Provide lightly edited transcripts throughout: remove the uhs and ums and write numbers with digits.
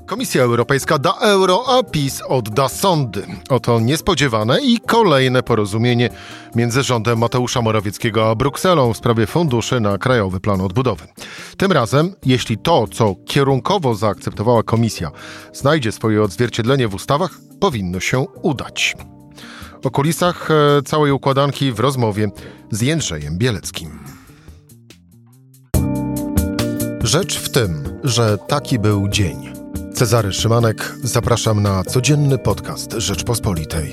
Komisja Europejska da euro, a PiS odda sądy. Oto niespodziewane i kolejne porozumienie między rządem Mateusza Morawieckiego a Brukselą w sprawie funduszy na Krajowy Plan Odbudowy. Tym razem, jeśli to, co kierunkowo zaakceptowała Komisja, znajdzie swoje odzwierciedlenie w ustawach, powinno się udać. O kulisach całej układanki w rozmowie z Jędrzejem Bieleckim. Rzecz w tym, że taki był dzień. Cezary Szymanek, zapraszam na codzienny podcast Rzeczpospolitej.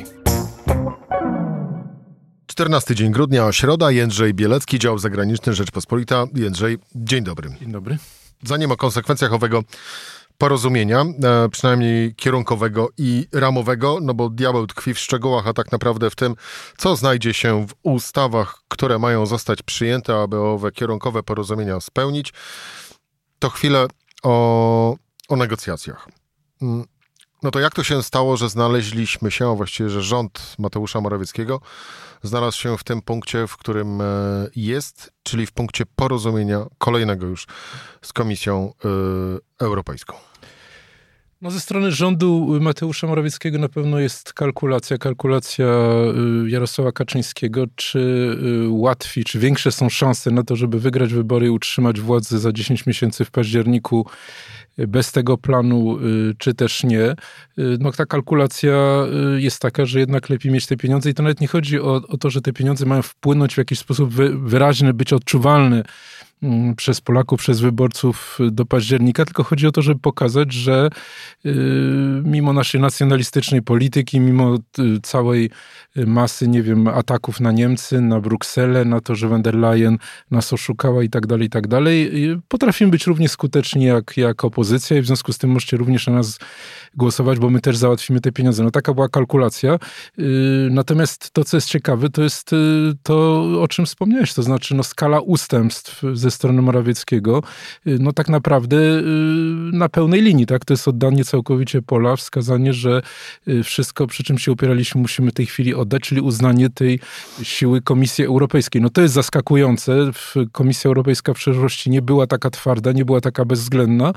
14 dzień grudnia, środa, Jędrzej Bielecki, dział zagraniczny Rzeczpospolita. Jędrzej, dzień dobry. Dzień dobry. Zanim o konsekwencjach owego porozumienia, przynajmniej kierunkowego i ramowego, no bo diabeł tkwi w szczegółach, a tak naprawdę w tym, co znajdzie się w ustawach, które mają zostać przyjęte, aby owe kierunkowe porozumienia spełnić, to chwilę o negocjacjach. No to jak to się stało, że znaleźliśmy się, a właściwie, że rząd Mateusza Morawieckiego znalazł się w tym punkcie, w którym jest, czyli w punkcie porozumienia kolejnego już z Komisją Europejską? No ze strony rządu Mateusza Morawieckiego na pewno jest kalkulacja Jarosława Kaczyńskiego, czy łatwiej, czy większe są szanse na to, żeby wygrać wybory i utrzymać władzę za 10 miesięcy w październiku bez tego planu, czy też nie. No ta kalkulacja jest taka, że jednak lepiej mieć te pieniądze i to nawet nie chodzi o to, że te pieniądze mają wpłynąć w jakiś sposób wyraźny, być odczuwalny przez Polaków, przez wyborców do października, tylko chodzi o to, żeby pokazać, że mimo naszej nacjonalistycznej polityki, mimo całej masy, nie wiem, ataków na Niemcy, na Brukselę, na to, że von der Leyen nas oszukała i tak dalej, potrafimy być równie skuteczni jak opozycja i w związku z tym możecie również na nas głosować, bo my też załatwimy te pieniądze. No taka była kalkulacja. Natomiast to, co jest ciekawe, to jest to, o czym wspomniałeś, to znaczy skala ustępstw ze strony Morawieckiego, no tak naprawdę na pełnej linii, tak? To jest oddanie całkowicie pola, wskazanie, że wszystko, przy czym się upieraliśmy, musimy w tej chwili oddać, czyli uznanie tej siły Komisji Europejskiej. No to jest zaskakujące. Komisja Europejska w przeszłości nie była taka twarda, nie była taka bezwzględna,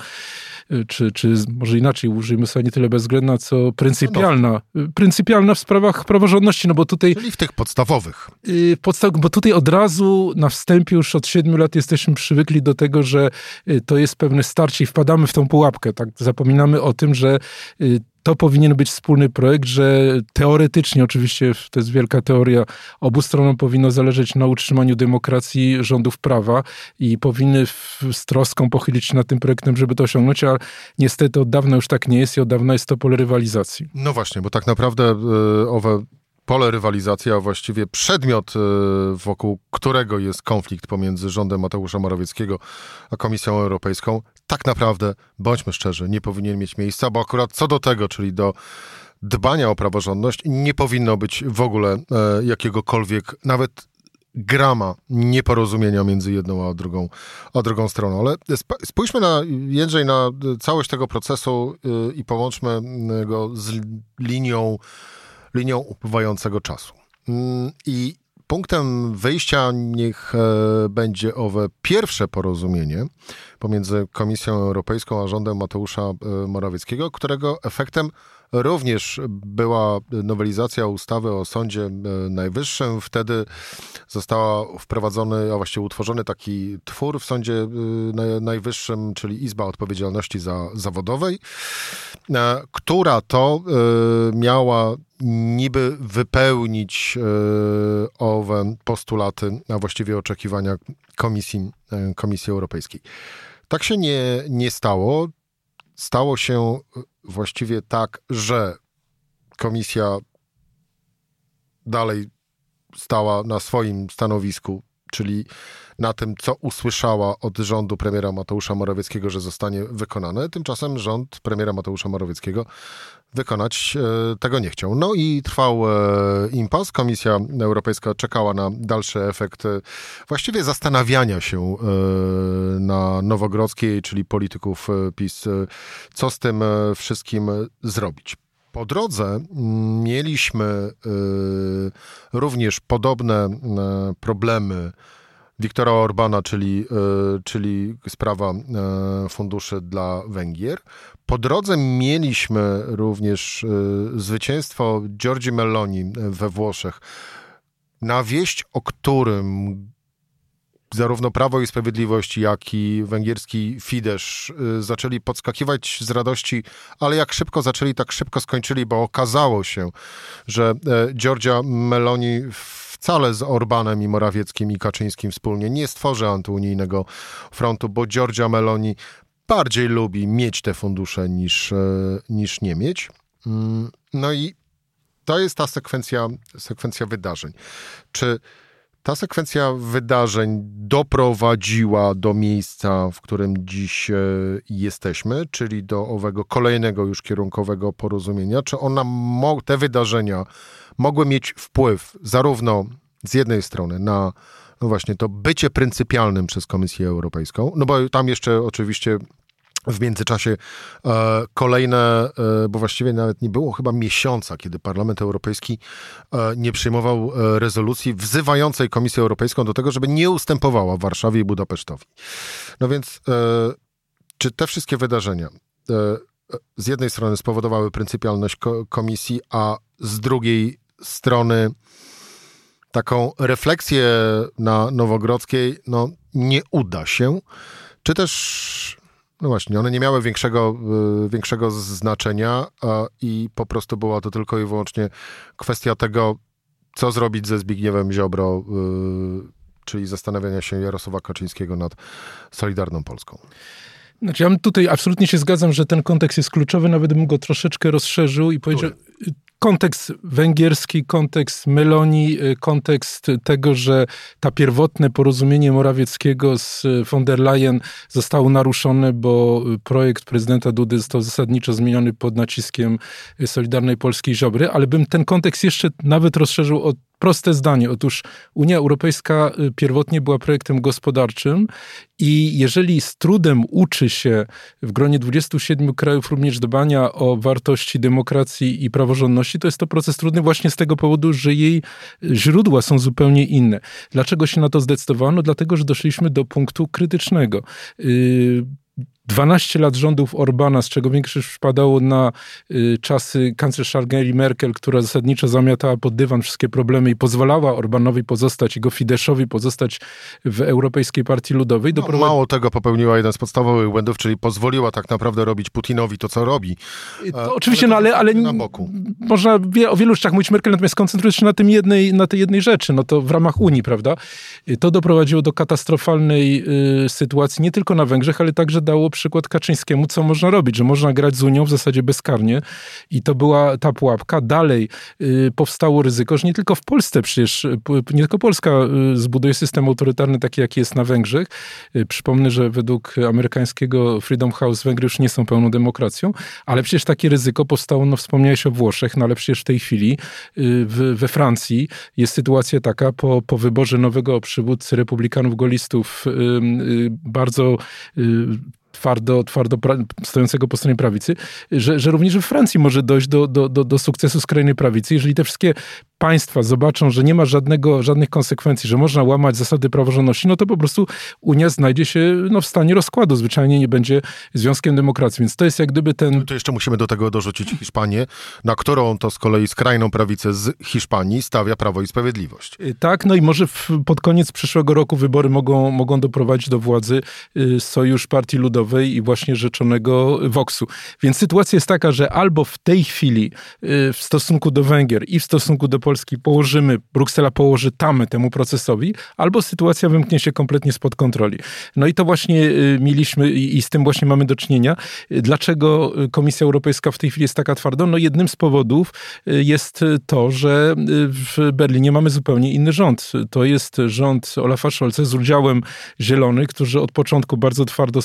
czy może inaczej, użyjmy sobie nie tyle bezwzględna, co pryncypialna. Pryncypialna w sprawach praworządności, no bo tutaj... Czyli w tych podstawowych. Bo tutaj od razu na wstępie już od 7 lat jesteśmy przywykli do tego, że to jest pewne starcie i wpadamy w tą pułapkę. Tak? Zapominamy o tym, że to powinien być wspólny projekt, że teoretycznie, oczywiście to jest wielka teoria, obu stronom powinno zależeć na utrzymaniu demokracji, rządów prawa i powinny z troską pochylić się nad tym projektem, żeby to osiągnąć, a niestety od dawna już tak nie jest i od dawna jest to pole rywalizacji. No właśnie, bo tak naprawdę owe pole rywalizacji, a właściwie przedmiot, wokół którego jest konflikt pomiędzy rządem Mateusza Morawieckiego a Komisją Europejską, tak naprawdę, bądźmy szczerzy, nie powinien mieć miejsca, bo akurat co do tego, czyli do dbania o praworządność, nie powinno być w ogóle jakiegokolwiek, nawet grama nieporozumienia między jedną a drugą stroną. Ale spójrzmy Jędrzej, na całość tego procesu i połączmy go z linią upływającego czasu. I punktem wyjścia niech będzie owe pierwsze porozumienie pomiędzy Komisją Europejską a rządem Mateusza Morawieckiego, którego efektem również była nowelizacja ustawy o Sądzie Najwyższym. Wtedy został wprowadzony, a właściwie utworzony taki twór w Sądzie Najwyższym, czyli Izba Odpowiedzialności Zawodowej, która to miała niby wypełnić owe postulaty, a właściwie oczekiwania Komisji Europejskiej. Tak się nie stało. Stało się właściwie tak, że Komisja dalej stała na swoim stanowisku, czyli na tym, co usłyszała od rządu premiera Mateusza Morawieckiego, że zostanie wykonane. Tymczasem rząd premiera Mateusza Morawieckiego wykonać tego nie chciał. No i trwał impas. Komisja Europejska czekała na dalszy efekt właściwie zastanawiania się na Nowogrodzkiej, czyli polityków PiS, co z tym wszystkim zrobić. Po drodze mieliśmy również podobne problemy Viktora Orbána, czyli sprawa funduszy dla Węgier. Po drodze mieliśmy również zwycięstwo Giorgi Meloni we Włoszech, na wieść o którym zarówno Prawo i Sprawiedliwość, jak i węgierski Fidesz zaczęli podskakiwać z radości, ale jak szybko zaczęli, tak szybko skończyli, bo okazało się, że Giorgia Meloni wcale z Orbánem i Morawieckim i Kaczyńskim wspólnie nie stworzy antyunijnego frontu, bo Giorgia Meloni bardziej lubi mieć te fundusze niż nie mieć. No i to jest ta sekwencja wydarzeń. Czy ta sekwencja wydarzeń doprowadziła do miejsca, w którym dziś jesteśmy, czyli do owego kolejnego już kierunkowego porozumienia? Czy te wydarzenia mogły mieć wpływ zarówno z jednej strony na no właśnie to bycie pryncypialnym przez Komisję Europejską, no bo tam jeszcze oczywiście w międzyczasie kolejne, bo właściwie nawet nie było chyba miesiąca, kiedy Parlament Europejski nie przyjmował rezolucji wzywającej Komisję Europejską do tego, żeby nie ustępowała Warszawie i Budapesztowi. No więc czy te wszystkie wydarzenia z jednej strony spowodowały pryncypialność Komisji, a z drugiej strony taką refleksję na Nowogrodzkiej nie uda się, czy też no właśnie, one nie miały większego znaczenia i po prostu była to tylko i wyłącznie kwestia tego, co zrobić ze Zbigniewem Ziobro, czyli zastanawiania się Jarosława Kaczyńskiego nad Solidarną Polską. Znaczy ja tutaj absolutnie się zgadzam, że ten kontekst jest kluczowy, nawet bym go troszeczkę rozszerzył i powiedział... Kontekst węgierski, kontekst Meloni, kontekst tego, że ta pierwotne porozumienie Morawieckiego z von der Leyen zostało naruszone, bo projekt prezydenta Dudy został zasadniczo zmieniony pod naciskiem Solidarnej Polski i Ziobry, ale bym ten kontekst jeszcze nawet rozszerzył o proste zdanie. Otóż Unia Europejska pierwotnie była projektem gospodarczym i jeżeli z trudem uczy się w gronie 27 krajów również dbania o wartości demokracji i praworządności, to jest to proces trudny właśnie z tego powodu, że jej źródła są zupełnie inne. Dlaczego się na to zdecydowano? Dlatego, że doszliśmy do punktu krytycznego. 12 lat rządów Orbána, z czego większość przypadało na czasy kanclerz Angeli Merkel, która zasadniczo zamiatała pod dywan wszystkie problemy i pozwalała Orbánowi pozostać, jego Fideszowi pozostać w Europejskiej Partii Ludowej. Mało tego, popełniła jeden z podstawowych błędów, czyli pozwoliła tak naprawdę robić Putinowi to, co robi. To oczywiście, ale na boku. Można o wielu rzeczach mówić Merkel, natomiast koncentruje się na tej jednej rzeczy, no to w ramach Unii, prawda? To doprowadziło do katastrofalnej sytuacji nie tylko na Węgrzech, ale także dało przykład Kaczyńskiemu, co można robić, że można grać z Unią w zasadzie bezkarnie i to była ta pułapka. Dalej powstało ryzyko, że nie tylko w Polsce przecież, nie tylko Polska zbuduje system autorytarny taki, jaki jest na Węgrzech. Przypomnę, że według amerykańskiego Freedom House Węgry już nie są pełną demokracją, ale przecież takie ryzyko powstało, wspomniałeś o Włoszech, ale przecież w tej chwili we Francji jest sytuacja taka po wyborze nowego przywódcy republikanów golistów bardzo twardo stojącego po stronie prawicy, że również we Francji może dojść do sukcesu skrajnej prawicy. Jeżeli te wszystkie państwa zobaczą, że nie ma żadnych konsekwencji, że można łamać zasady praworządności, no to po prostu Unia znajdzie się w stanie rozkładu. Zwyczajnie nie będzie związkiem demokracji. Więc to jest jak gdyby ten... To jeszcze musimy do tego dorzucić Hiszpanię, na którą to z kolei skrajną prawicę z Hiszpanii stawia Prawo i Sprawiedliwość. Tak, no i może pod koniec przyszłego roku wybory mogą doprowadzić do władzy Sojusz Partii Ludowej i właśnie rzeczonego Voxu. Więc sytuacja jest taka, że albo w tej chwili w stosunku do Węgier i w stosunku do Polski Bruksela położy tamę temu procesowi, albo sytuacja wymknie się kompletnie spod kontroli. No i to właśnie mieliśmy i z tym właśnie mamy do czynienia. Dlaczego Komisja Europejska w tej chwili jest taka twarda? No jednym z powodów jest to, że w Berlinie mamy zupełnie inny rząd. To jest rząd Olafa Scholza z udziałem Zielonych, którzy od początku bardzo twardo stawiają kwestię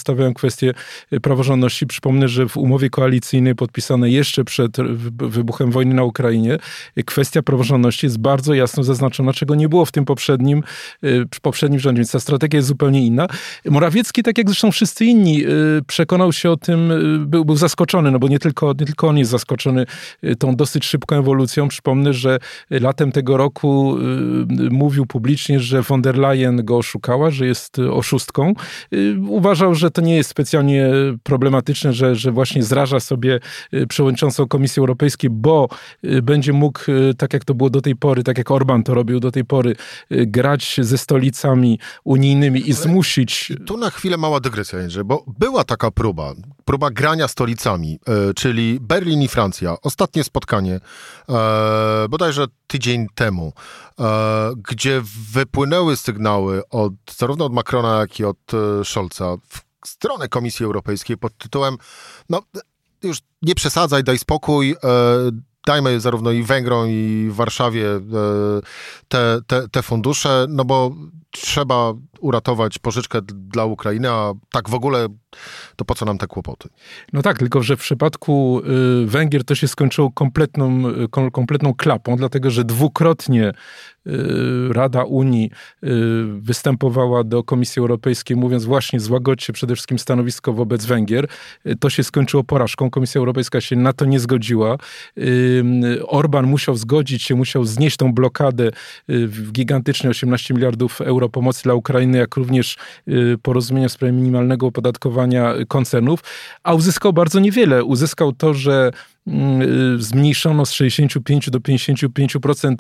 kwestię praworządności. Przypomnę, że w umowie koalicyjnej podpisanej jeszcze przed wybuchem wojny na Ukrainie kwestia praworządności jest bardzo jasno zaznaczona, czego nie było w tym poprzednim rządzie, więc ta strategia jest zupełnie inna. Morawiecki, tak jak zresztą wszyscy inni, przekonał się o tym, był zaskoczony, no bo nie tylko on jest zaskoczony tą dosyć szybką ewolucją. Przypomnę, że latem tego roku mówił publicznie, że von der Leyen go oszukała, że jest oszustką. Uważał, że to nie jest specjalnie problematyczne, że właśnie zraża sobie przewodniczącą Komisji Europejskiej, bo będzie mógł, tak jak to było do tej pory, tak jak Orbán to robił do tej pory, grać ze stolicami unijnymi i zmusić... Tu na chwilę mała dygresja, Jędrzej, bo była taka próba grania stolicami, czyli Berlin i Francja. Ostatnie spotkanie, bodajże tydzień temu, gdzie wypłynęły sygnały zarówno od Macrona, jak i od Scholza w stronę Komisji Europejskiej pod tytułem już nie przesadzaj, daj spokój, dajmy zarówno i Węgrom, i Warszawie te fundusze, no bo trzeba uratować pożyczkę dla Ukrainy, a tak w ogóle to po co nam te kłopoty? No tak, tylko że w przypadku Węgier to się skończyło kompletną klapą, dlatego że dwukrotnie Rada Unii występowała do Komisji Europejskiej, mówiąc właśnie złagodźcie przede wszystkim stanowisko wobec Węgier. To się skończyło porażką. Komisja Europejska się na to nie zgodziła. Orbán musiał zgodzić się, musiał znieść tą blokadę w gigantyczne 18 miliardów euro pomocy dla Ukrainy, jak również porozumienia w sprawie minimalnego opodatkowania koncernów, a uzyskał bardzo niewiele. Uzyskał to, że zmniejszono z 65 do 55%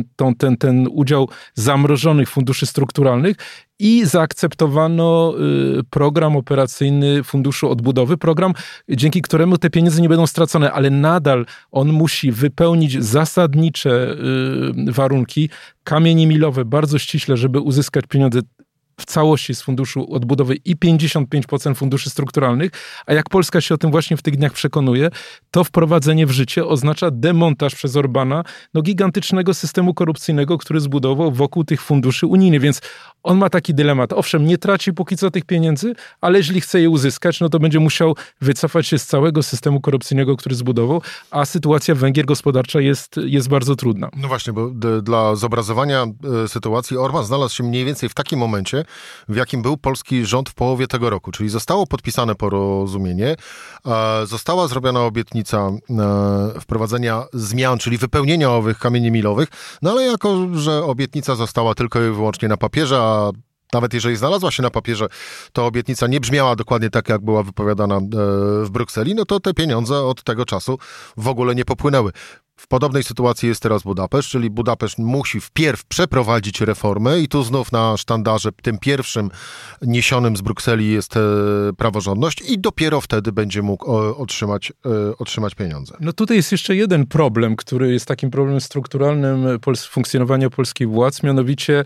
ten udział zamrożonych funduszy strukturalnych i zaakceptowano program operacyjny Funduszu Odbudowy, program, dzięki któremu te pieniądze nie będą stracone, ale nadal on musi wypełnić zasadnicze warunki, kamienie milowe, bardzo ściśle, żeby uzyskać pieniądze w całości z Funduszu Odbudowy i 55% funduszy strukturalnych, a jak Polska się o tym właśnie w tych dniach przekonuje, to wprowadzenie w życie oznacza demontaż przez Orbána gigantycznego systemu korupcyjnego, który zbudował wokół tych funduszy unijnych, więc on ma taki dylemat. Owszem, nie traci póki co tych pieniędzy, ale jeśli chce je uzyskać, no to będzie musiał wycofać się z całego systemu korupcyjnego, który zbudował, a sytuacja Węgier gospodarcza jest bardzo trudna. No właśnie, bo dla zobrazowania sytuacji Orbán znalazł się mniej więcej w takim momencie, w jakim był polski rząd w połowie tego roku, czyli zostało podpisane porozumienie, została zrobiona obietnica wprowadzenia zmian, czyli wypełnienia owych kamieni milowych, no ale jako, że obietnica została tylko i wyłącznie na papierze, a nawet jeżeli znalazła się na papierze, to obietnica nie brzmiała dokładnie tak, jak była wypowiadana w Brukseli, no to te pieniądze od tego czasu w ogóle nie popłynęły. W podobnej sytuacji jest teraz Budapeszt, czyli Budapeszt musi wpierw przeprowadzić reformę i tu znów na sztandarze tym pierwszym niesionym z Brukseli jest praworządność i dopiero wtedy będzie mógł otrzymać pieniądze. No tutaj jest jeszcze jeden problem, który jest takim problemem strukturalnym funkcjonowania polskich władz, mianowicie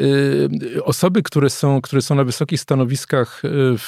osoby, które są na wysokich stanowiskach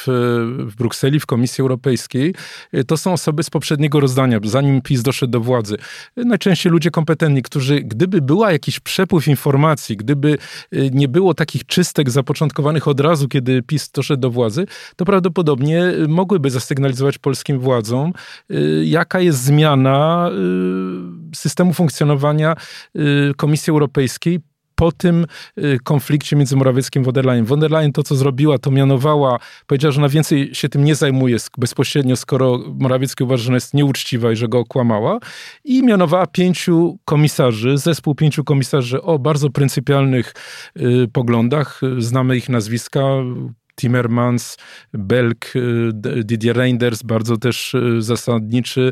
w Brukseli, w Komisji Europejskiej, to są osoby z poprzedniego rozdania, zanim PiS doszedł do władzy. Najczęściej ludzie kompetentni, którzy, gdyby była jakiś przepływ informacji, gdyby nie było takich czystek zapoczątkowanych od razu, kiedy PiS doszedł do władzy, to prawdopodobnie mogłyby zasygnalizować polskim władzom, jaka jest zmiana systemu funkcjonowania Komisji Europejskiej po tym konflikcie między Morawieckim i von der Leyen. Von der Leyen to, co zrobiła, to mianowała, powiedziała, że na więcej się tym nie zajmuje bezpośrednio, skoro Morawiecki uważa, że ona jest nieuczciwa i że go okłamała. I mianowała 5 komisarzy, zespół 5 komisarzy o bardzo pryncypialnych poglądach. Znamy ich nazwiska. Timmermans, Belk, Didier Reynders, bardzo też zasadniczy,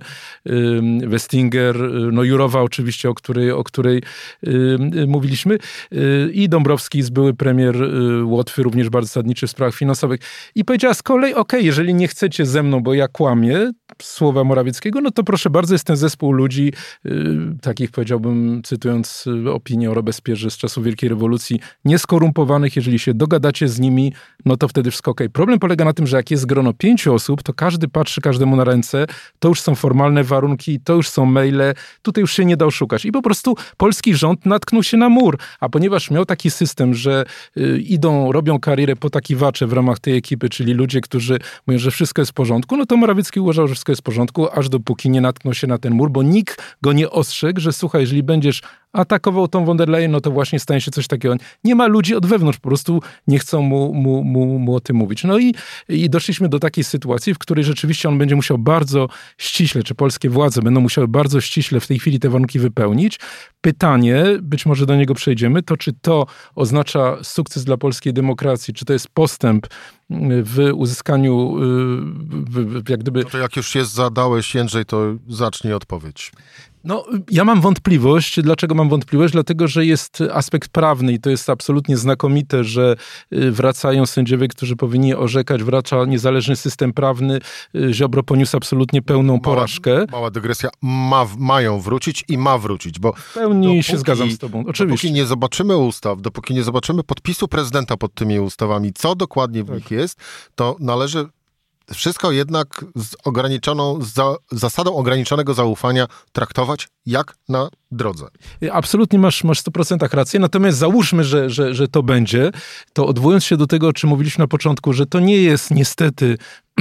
Vestager, no Jourová oczywiście, o której mówiliśmy, i Dąbrowski, były premier Łotwy, również bardzo zasadniczy w sprawach finansowych. I powiedziała z kolei, jeżeli nie chcecie ze mną, bo ja kłamię, słowa Morawieckiego, no to proszę bardzo, jest ten zespół ludzi, takich powiedziałbym, cytując opinię o Robespierze z czasów Wielkiej Rewolucji, nieskorumpowanych, jeżeli się dogadacie z nimi, no to wtedy wtedy wszystko okej. Problem polega na tym, że jak jest grono 5 osób, to każdy patrzy każdemu na ręce, to już są formalne warunki, to już są maile, tutaj już się nie da oszukać. I po prostu polski rząd natknął się na mur, a ponieważ miał taki system, że robią karierę potakiwacze w ramach tej ekipy, czyli ludzie, którzy mówią, że wszystko jest w porządku, no to Morawiecki uważał, że wszystko jest w porządku, aż dopóki nie natknął się na ten mur, bo nikt go nie ostrzegł, że słuchaj, jeżeli będziesz atakował tą von der Leyen, no to właśnie stanie się coś takiego. Nie ma ludzi od wewnątrz, po prostu nie chcą mu o tym mówić. No i doszliśmy do takiej sytuacji, w której rzeczywiście on będzie musiał bardzo ściśle, czy polskie władze będą musiały bardzo ściśle w tej chwili te warunki wypełnić. Pytanie, być może do niego przejdziemy, to czy to oznacza sukces dla polskiej demokracji, czy to jest postęp w uzyskaniu jak gdyby... No to jak już zadałeś, Jędrzej, to zacznij odpowiedź. No, ja mam wątpliwość. Dlaczego mam wątpliwość? Dlatego, że jest aspekt prawny i to jest absolutnie znakomite, że wracają sędziowie, którzy powinni orzekać, wraca niezależny system prawny. Ziobro poniósł absolutnie pełną porażkę. Mała dygresja. Mają wrócić i ma wrócić, bo w pełni się zgadzam z tobą. Oczywiście. Dopóki nie zobaczymy ustaw, dopóki nie zobaczymy podpisu prezydenta pod tymi ustawami, co dokładnie w nich jest, to należy wszystko jednak z zasadą ograniczonego zaufania traktować jak na drodze. Absolutnie masz w 100% rację, natomiast załóżmy, że to będzie, to odwołując się do tego, o czym mówiliśmy na początku, że to nie jest niestety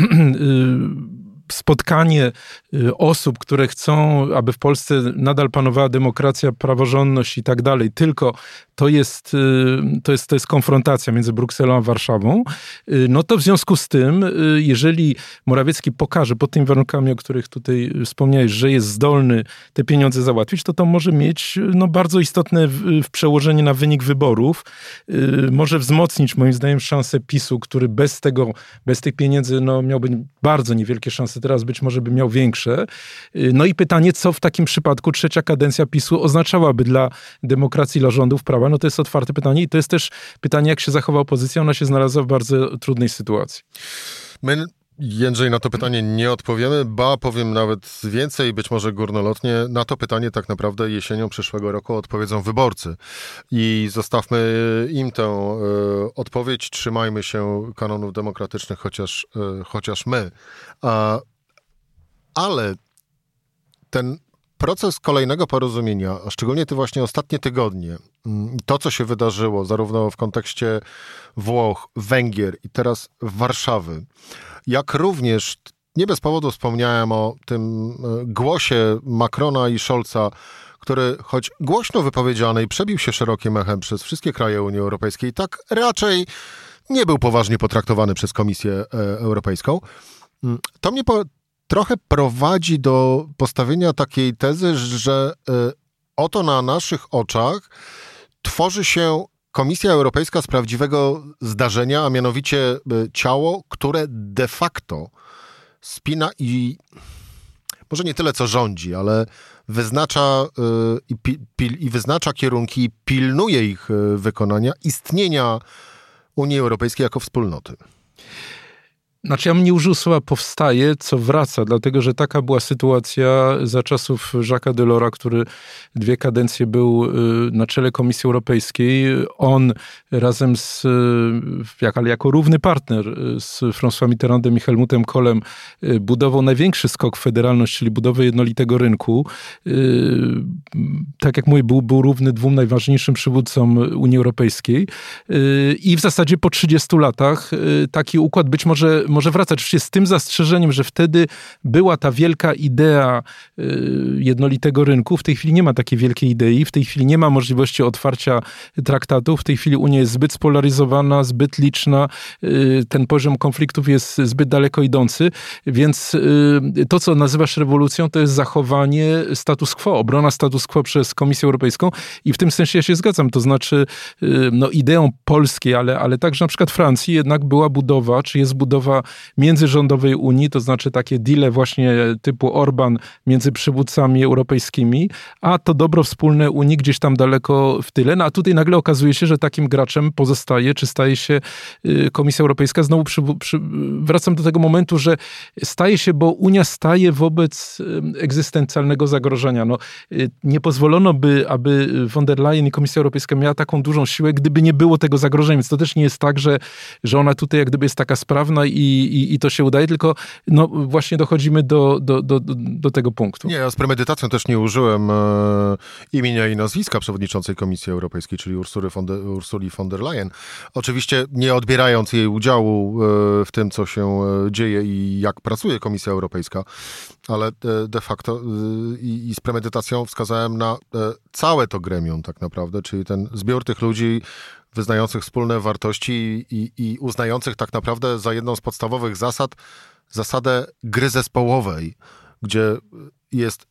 spotkanie osób, które chcą, aby w Polsce nadal panowała demokracja, praworządność i tak dalej, tylko to jest konfrontacja między Brukselą a Warszawą, no to w związku z tym, jeżeli Morawiecki pokaże pod tymi warunkami, o których tutaj wspomniałeś, że jest zdolny te pieniądze załatwić, to może mieć bardzo istotne przełożenie na wynik wyborów. Może wzmocnić, moim zdaniem, szansę PiS-u, który bez tych pieniędzy miałby bardzo niewielkie szanse. Teraz być może by miał większe. No i pytanie, co w takim przypadku trzecia kadencja PiS-u oznaczałaby dla demokracji, dla rządów prawa? No to jest otwarte pytanie i to jest też pytanie, jak się zachowa opozycja. Ona się znalazła w bardzo trudnej sytuacji. My, Jędrzej, na to pytanie nie odpowiemy, powiem nawet więcej, być może górnolotnie. Na to pytanie tak naprawdę jesienią przyszłego roku odpowiedzą wyborcy. I zostawmy im tę odpowiedź, trzymajmy się kanonów demokratycznych, chociaż my. Ale ten proces kolejnego porozumienia, a szczególnie te właśnie ostatnie tygodnie, to co się wydarzyło zarówno w kontekście Włoch, Węgier i teraz Warszawy, jak również nie bez powodu wspomniałem o tym głosie Macrona i Scholza, który choć głośno wypowiedziany i przebił się szerokim echem przez wszystkie kraje Unii Europejskiej, tak raczej nie był poważnie potraktowany przez Komisję Europejską. To mnie trochę prowadzi do postawienia takiej tezy, że oto na naszych oczach tworzy się Komisja Europejska z prawdziwego zdarzenia, a mianowicie ciało, które de facto spina i może nie tyle co rządzi, ale wyznacza wyznacza kierunki i pilnuje ich wykonania, istnienia Unii Europejskiej jako wspólnoty. Znaczy ja bym nie użył słowa powstaje, co wraca, dlatego że taka była sytuacja za czasów Jacques'a Delors'a, który 2 kadencje był na czele Komisji Europejskiej. On razem jako równy partner z François Mitterrandem i Helmutem Kohlem budował największy skok w federalność, czyli budowę jednolitego rynku. Tak jak mówię, był równy 2 najważniejszym przywódcom Unii Europejskiej. I w zasadzie po 30 latach taki układ być może wracać. Oczywiście z tym zastrzeżeniem, że wtedy była ta wielka idea jednolitego rynku. W tej chwili nie ma takiej wielkiej idei. W tej chwili nie ma możliwości otwarcia traktatów. W tej chwili Unia jest zbyt spolaryzowana, zbyt liczna. Ten poziom konfliktów jest zbyt daleko idący. Więc to, co nazywasz rewolucją, to jest zachowanie status quo, obrona status quo przez Komisję Europejską. I w tym sensie ja się zgadzam. To znaczy ideą polskiej, ale także na przykład Francji jednak była budowa, czy jest budowa potrzeba międzyrządowej Unii, to znaczy takie deale właśnie typu Orban między przywódcami europejskimi, a to dobro wspólne Unii gdzieś tam daleko w tyle. No a tutaj nagle okazuje się, że takim graczem pozostaje, czy staje się Komisja Europejska. Znowu wracam do tego momentu, że staje się, bo Unia staje wobec egzystencjalnego zagrożenia. No, nie pozwolono by, aby von der Leyen i Komisja Europejska miała taką dużą siłę, gdyby nie było tego zagrożenia. Więc to też nie jest tak, że ona tutaj jak gdyby jest taka sprawna i to się udaje, tylko no, właśnie dochodzimy do tego punktu. Nie, ja z premedytacją też nie użyłem imienia i nazwiska przewodniczącej Komisji Europejskiej, czyli Ursuli von der Leyen. Oczywiście nie odbierając jej udziału w tym, co się dzieje i jak pracuje Komisja Europejska, ale de facto i z premedytacją wskazałem na całe to gremium tak naprawdę, czyli ten zbiór tych ludzi wyznających wspólne wartości i uznających tak naprawdę za jedną z podstawowych zasad zasadę gry zespołowej, gdzie jest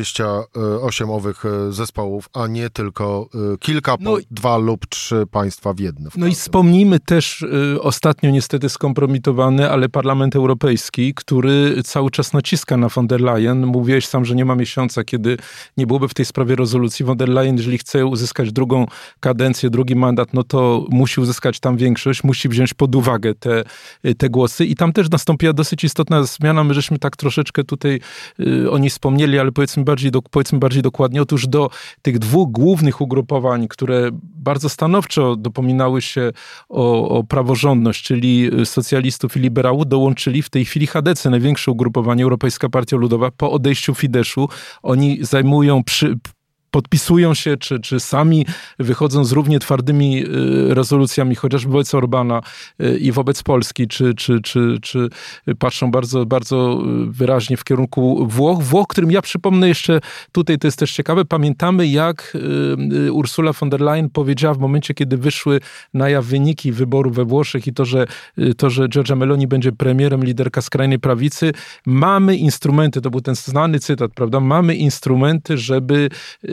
28 owych zespołów, a nie tylko kilka, 2 lub 3 państwa w jednym. No i wspomnijmy też ostatnio niestety skompromitowany, ale Parlament Europejski, który cały czas naciska na von der Leyen. Mówiłeś sam, że nie ma miesiąca, kiedy nie byłoby w tej sprawie rezolucji. Von der Leyen, jeżeli chce uzyskać drugą kadencję, drugi mandat, no to musi uzyskać tam większość, musi wziąć pod uwagę te głosy. I tam też nastąpiła dosyć istotna zmiana. My żeśmy tak troszeczkę tutaj o niej wspomnieli, ale powiedzmy bardziej dokładnie. Otóż do tych 2 głównych ugrupowań, które bardzo stanowczo dopominały się o praworządność, czyli socjalistów i liberałów, dołączyli w tej chwili HDC, największe ugrupowanie, Europejska Partia Ludowa, po odejściu Fideszu. Oni zajmują podpisują się, czy sami wychodzą z równie twardymi rezolucjami, chociażby wobec Orbana i wobec Polski, czy patrzą bardzo, bardzo wyraźnie w kierunku Włoch, którym ja przypomnę jeszcze tutaj, to jest też ciekawe, pamiętamy jak Ursula von der Leyen powiedziała w momencie, kiedy wyszły na jaw wyniki wyborów we Włoszech i to, że Giorgia Meloni będzie premierem, liderka skrajnej prawicy, mamy instrumenty, to był ten znany cytat, prawda, mamy instrumenty, żeby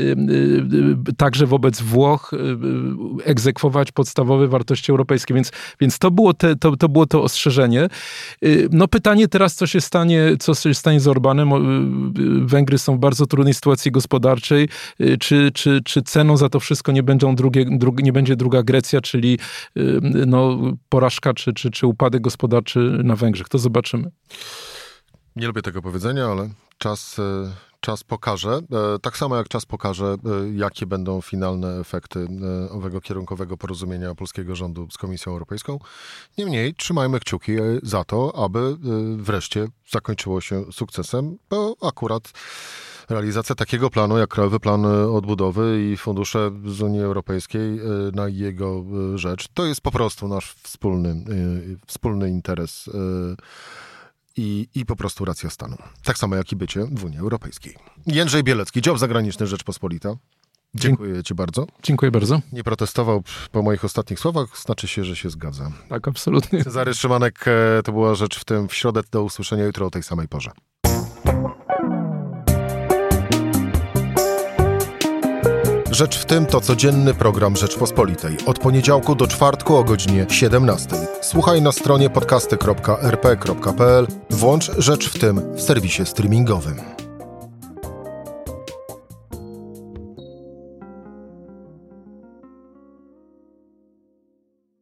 także wobec Włoch egzekwować podstawowe wartości europejskie. Więc to było to ostrzeżenie. No pytanie teraz, co się stanie z Orbanem? Węgry są w bardzo trudnej sytuacji gospodarczej. Czy ceną za to wszystko nie będzie druga Grecja, czyli no, porażka, czy upadek gospodarczy na Węgrzech? To zobaczymy. Nie lubię tego powiedzenia, ale czas pokaże. Tak samo jak czas pokaże, jakie będą finalne efekty owego kierunkowego porozumienia polskiego rządu z Komisją Europejską. Niemniej trzymajmy kciuki za to, aby wreszcie zakończyło się sukcesem, bo akurat realizacja takiego planu jak Krajowy Plan Odbudowy i fundusze z Unii Europejskiej na jego rzecz, to jest po prostu nasz wspólny interes i po prostu racja stanu. Tak samo jak i bycie w Unii Europejskiej. Jędrzej Bielecki, dział zagraniczny Rzeczpospolita. Dziękuję Ci bardzo. Dziękuję bardzo. Nie protestował po moich ostatnich słowach, znaczy się, że się zgadza. Tak, absolutnie. Cezary Szymanek, to była Rzecz w tym w środę. Do usłyszenia jutro o tej samej porze. Rzecz w tym to codzienny program Rzeczpospolitej. Od poniedziałku do czwartku o godzinie 17. Słuchaj na stronie podcasty.rp.pl. Włącz Rzecz w tym w serwisie streamingowym.